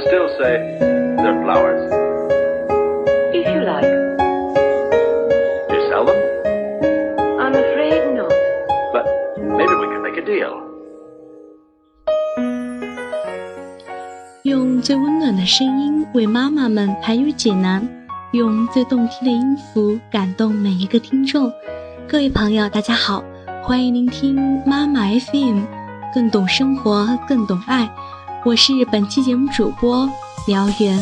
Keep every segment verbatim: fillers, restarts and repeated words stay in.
still say they're flowers. If you like. Do you sell them? I'm afraid not. But maybe we can make a deal. 用最温暖的声音为妈妈们排忧解难，用最动听的音符感动每一个听众。各位朋友大家好，欢迎聆听妈妈 F M， 更懂生活更懂爱，我是本期节目主播苗媛。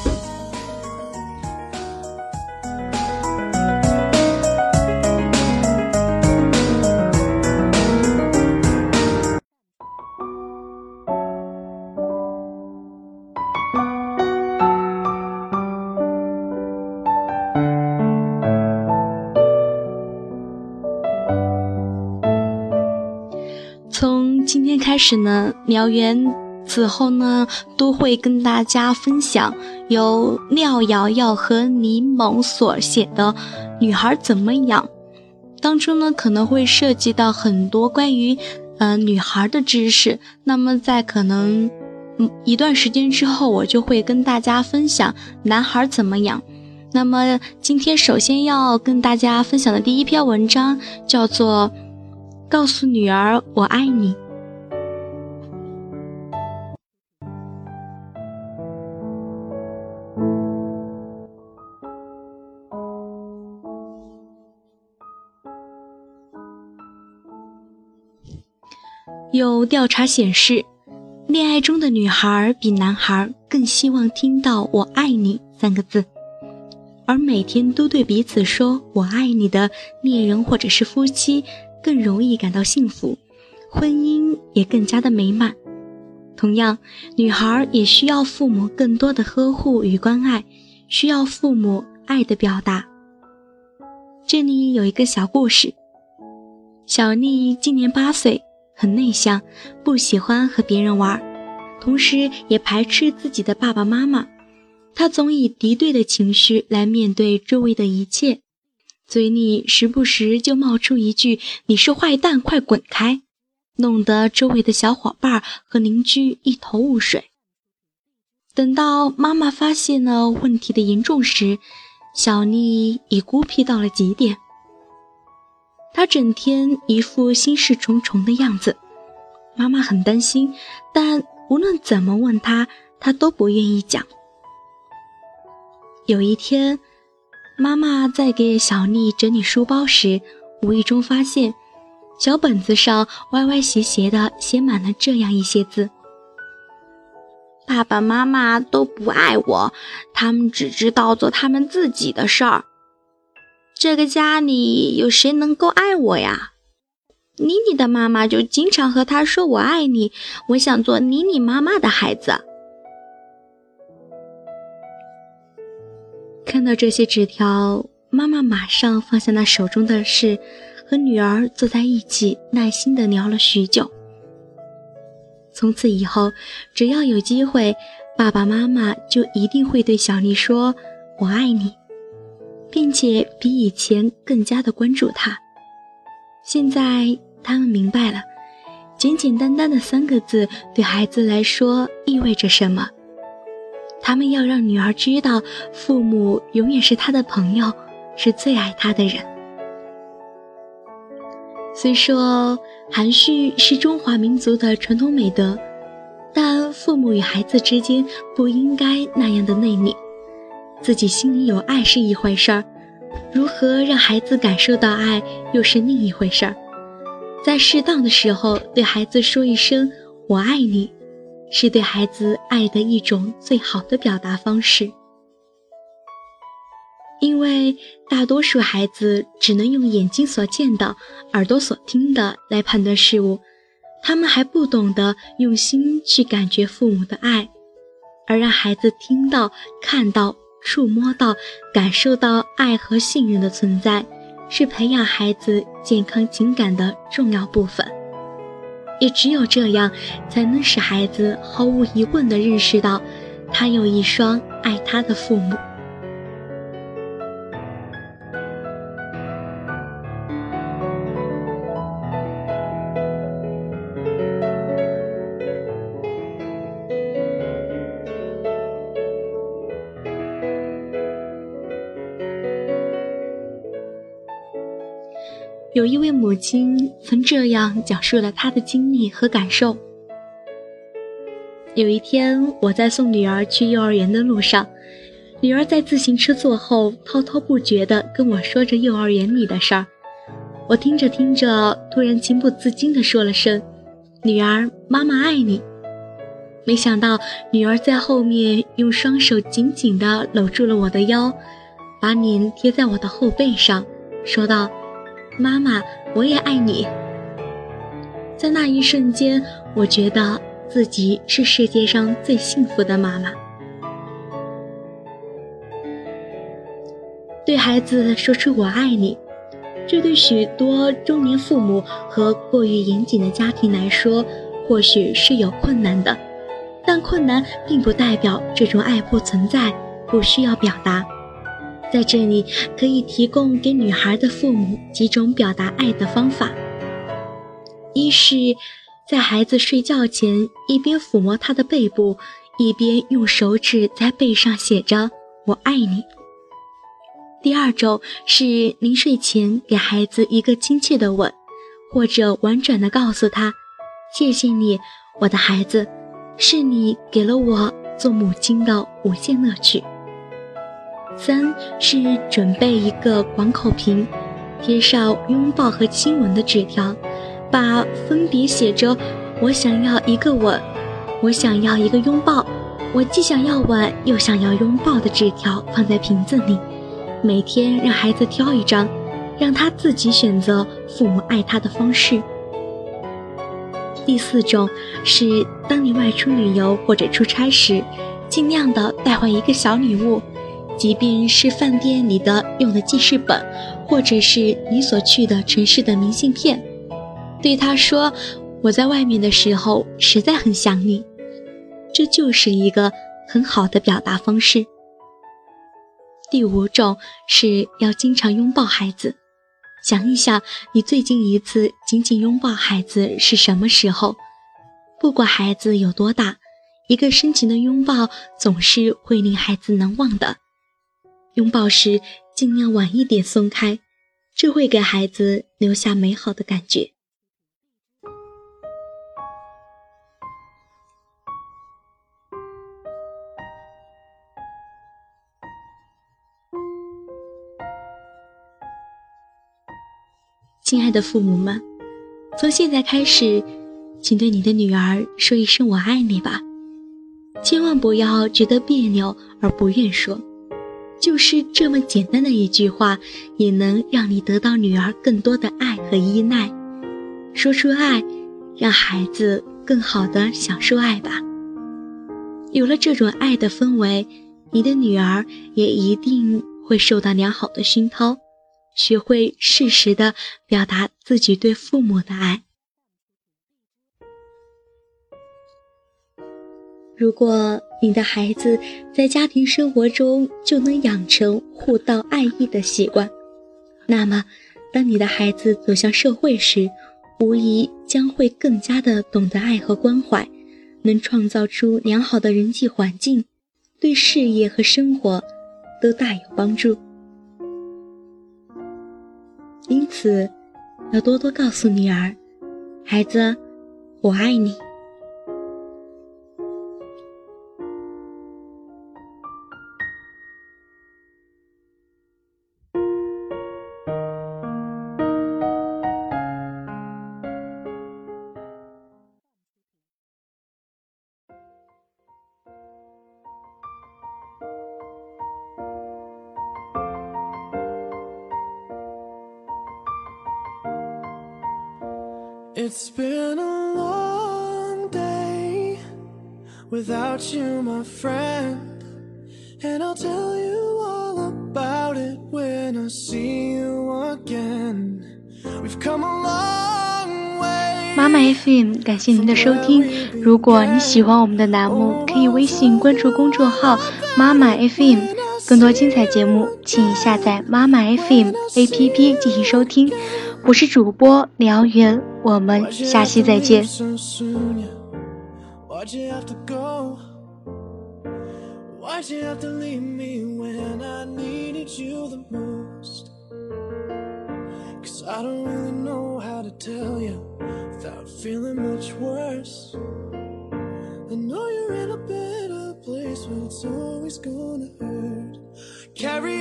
从今天开始呢，苗媛此后呢都会跟大家分享由廖瑶瑶和倪萌所写的《女孩怎么养》，当中呢可能会涉及到很多关于呃女孩的知识。那么在可能、嗯、一段时间之后，我就会跟大家分享男孩怎么养。那么今天首先要跟大家分享的第一篇文章叫做告诉女儿我爱你。有调查显示，恋爱中的女孩比男孩更希望听到我爱你三个字，而每天都对彼此说我爱你的恋人或者是夫妻更容易感到幸福，婚姻也更加的美满。同样，女孩也需要父母更多的呵护与关爱，需要父母爱的表达。这里有一个小故事，小丽今年八岁，很内向，不喜欢和别人玩，同时也排斥自己的爸爸妈妈。她总以敌对的情绪来面对周围的一切，嘴里时不时就冒出一句你是坏蛋快滚开，弄得周围的小伙伴和邻居一头雾水。等到妈妈发现了问题的严重时，小丽已孤僻到了极点。她整天一副心事重重的样子，妈妈很担心，但无论怎么问她，她都不愿意讲。有一天，妈妈在给小丽整理书包时，无意中发现小本子上歪歪斜斜地写满了这样一些字：爸爸妈妈都不爱我，他们只知道做他们自己的事儿。这个家里有谁能够爱我呀？妮妮的妈妈就经常和她说我爱你，我想做妮妮妈妈的孩子。看到这些纸条，妈妈马上放下那手中的事，和女儿坐在一起，耐心地聊了许久。从此以后，只要有机会，爸爸妈妈就一定会对小丽说我爱你，并且比以前更加的关注她。现在他们明白了，简简单单的三个字对孩子来说意味着什么。他们要让女儿知道，父母永远是她的朋友，是最爱她的人。虽说含蓄是中华民族的传统美德，但父母与孩子之间不应该那样的内敛。自己心里有爱是一回事儿，如何让孩子感受到爱又是另一回事儿。在适当的时候对孩子说一声我爱你，是对孩子爱的一种最好的表达方式。因为大多数孩子只能用眼睛所见的、耳朵所听的来判断事物，他们还不懂得用心去感觉父母的爱，而让孩子听到、看到、触摸到、感受到爱和信任的存在，是培养孩子健康情感的重要部分。也只有这样，才能使孩子毫无疑问地认识到，他有一双爱他的父母。 有一位母亲曾这样讲述了她的经历和感受。有一天，我在送女儿去幼儿园的路上，女儿在自行车座后滔滔不绝地跟我说着幼儿园里的事儿。我听着听着，突然情不自禁地说了声：“女儿，妈妈爱你。”没想到女儿在后面用双手紧紧地搂住了我的腰，把脸贴在我的后背上，说道：“妈妈，我也爱你。”在那一瞬间，我觉得自己是世界上最幸福的妈妈。对孩子说出我爱你，这对许多中年父母和过于严谨的家庭来说，或许是有困难的，但困难并不代表这种爱不存在，不需要表达。在这里可以提供给女孩的父母几种表达爱的方法。一是在孩子睡觉前，一边抚摸他的背部，一边用手指在背上写着我爱你。第二种是临睡前给孩子一个亲切的吻，或者婉转地告诉他：谢谢你，我的孩子，是你给了我做母亲的无限乐趣。三是准备一个广口瓶，贴上拥抱和亲吻的纸条，把分别写着我想要一个吻，我想要一个拥抱，我既想要吻又想要拥抱的纸条放在瓶子里，每天让孩子挑一张，让他自己选择父母爱他的方式。第四种是当你外出旅游或者出差时，尽量的带回一个小礼物，即便是饭店里的用的记事本，或者是你所去的城市的明信片，对他说我在外面的时候实在很想你，这就是一个很好的表达方式。第五种是要经常拥抱孩子，想一想你最近一次紧紧拥抱孩子是什么时候？不管孩子有多大，一个深情的拥抱总是会令孩子难忘的。拥抱时尽量晚一点松开，这会给孩子留下美好的感觉。亲爱的父母们，从现在开始，请对你的女儿说一声我爱你吧，千万不要觉得别扭而不愿说，就是这么简单的一句话，也能让你得到女儿更多的爱和依赖。说出爱，让孩子更好地享受爱吧。有了这种爱的氛围，你的女儿也一定会受到良好的熏陶，学会适时地表达自己对父母的爱。如果你的孩子在家庭生活中就能养成互道爱意的习惯，那么当你的孩子走向社会时，无疑将会更加的懂得爱和关怀，能创造出良好的人际环境，对事业和生活都大有帮助。因此，要多多告诉女儿，孩子，我爱你。 It's been a long day without you, my friend, and I'll tell you all about it when I see you again. We've come a long way. 妈妈 F M 感谢您的收听，如果你喜欢我们的栏目，可以微信关注公众号妈妈 F M， 更多精彩节目请下载妈妈 F M A P P 进行收听。我是主播辽源，我们下期再见。 Why'd you have to go? Why'd you have to leave me when I needed you the most? 'Cause I don't really know how to tell you without feeling much worse. I know you're in a better place, but it's always gonna hurt. Carry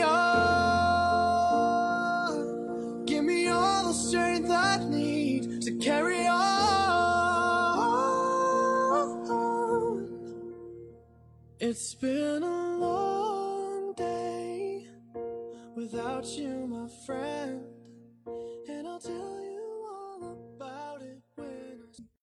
on, give me all the strength I need to carry on. It's been a long day without you, my friend, and I'll tell you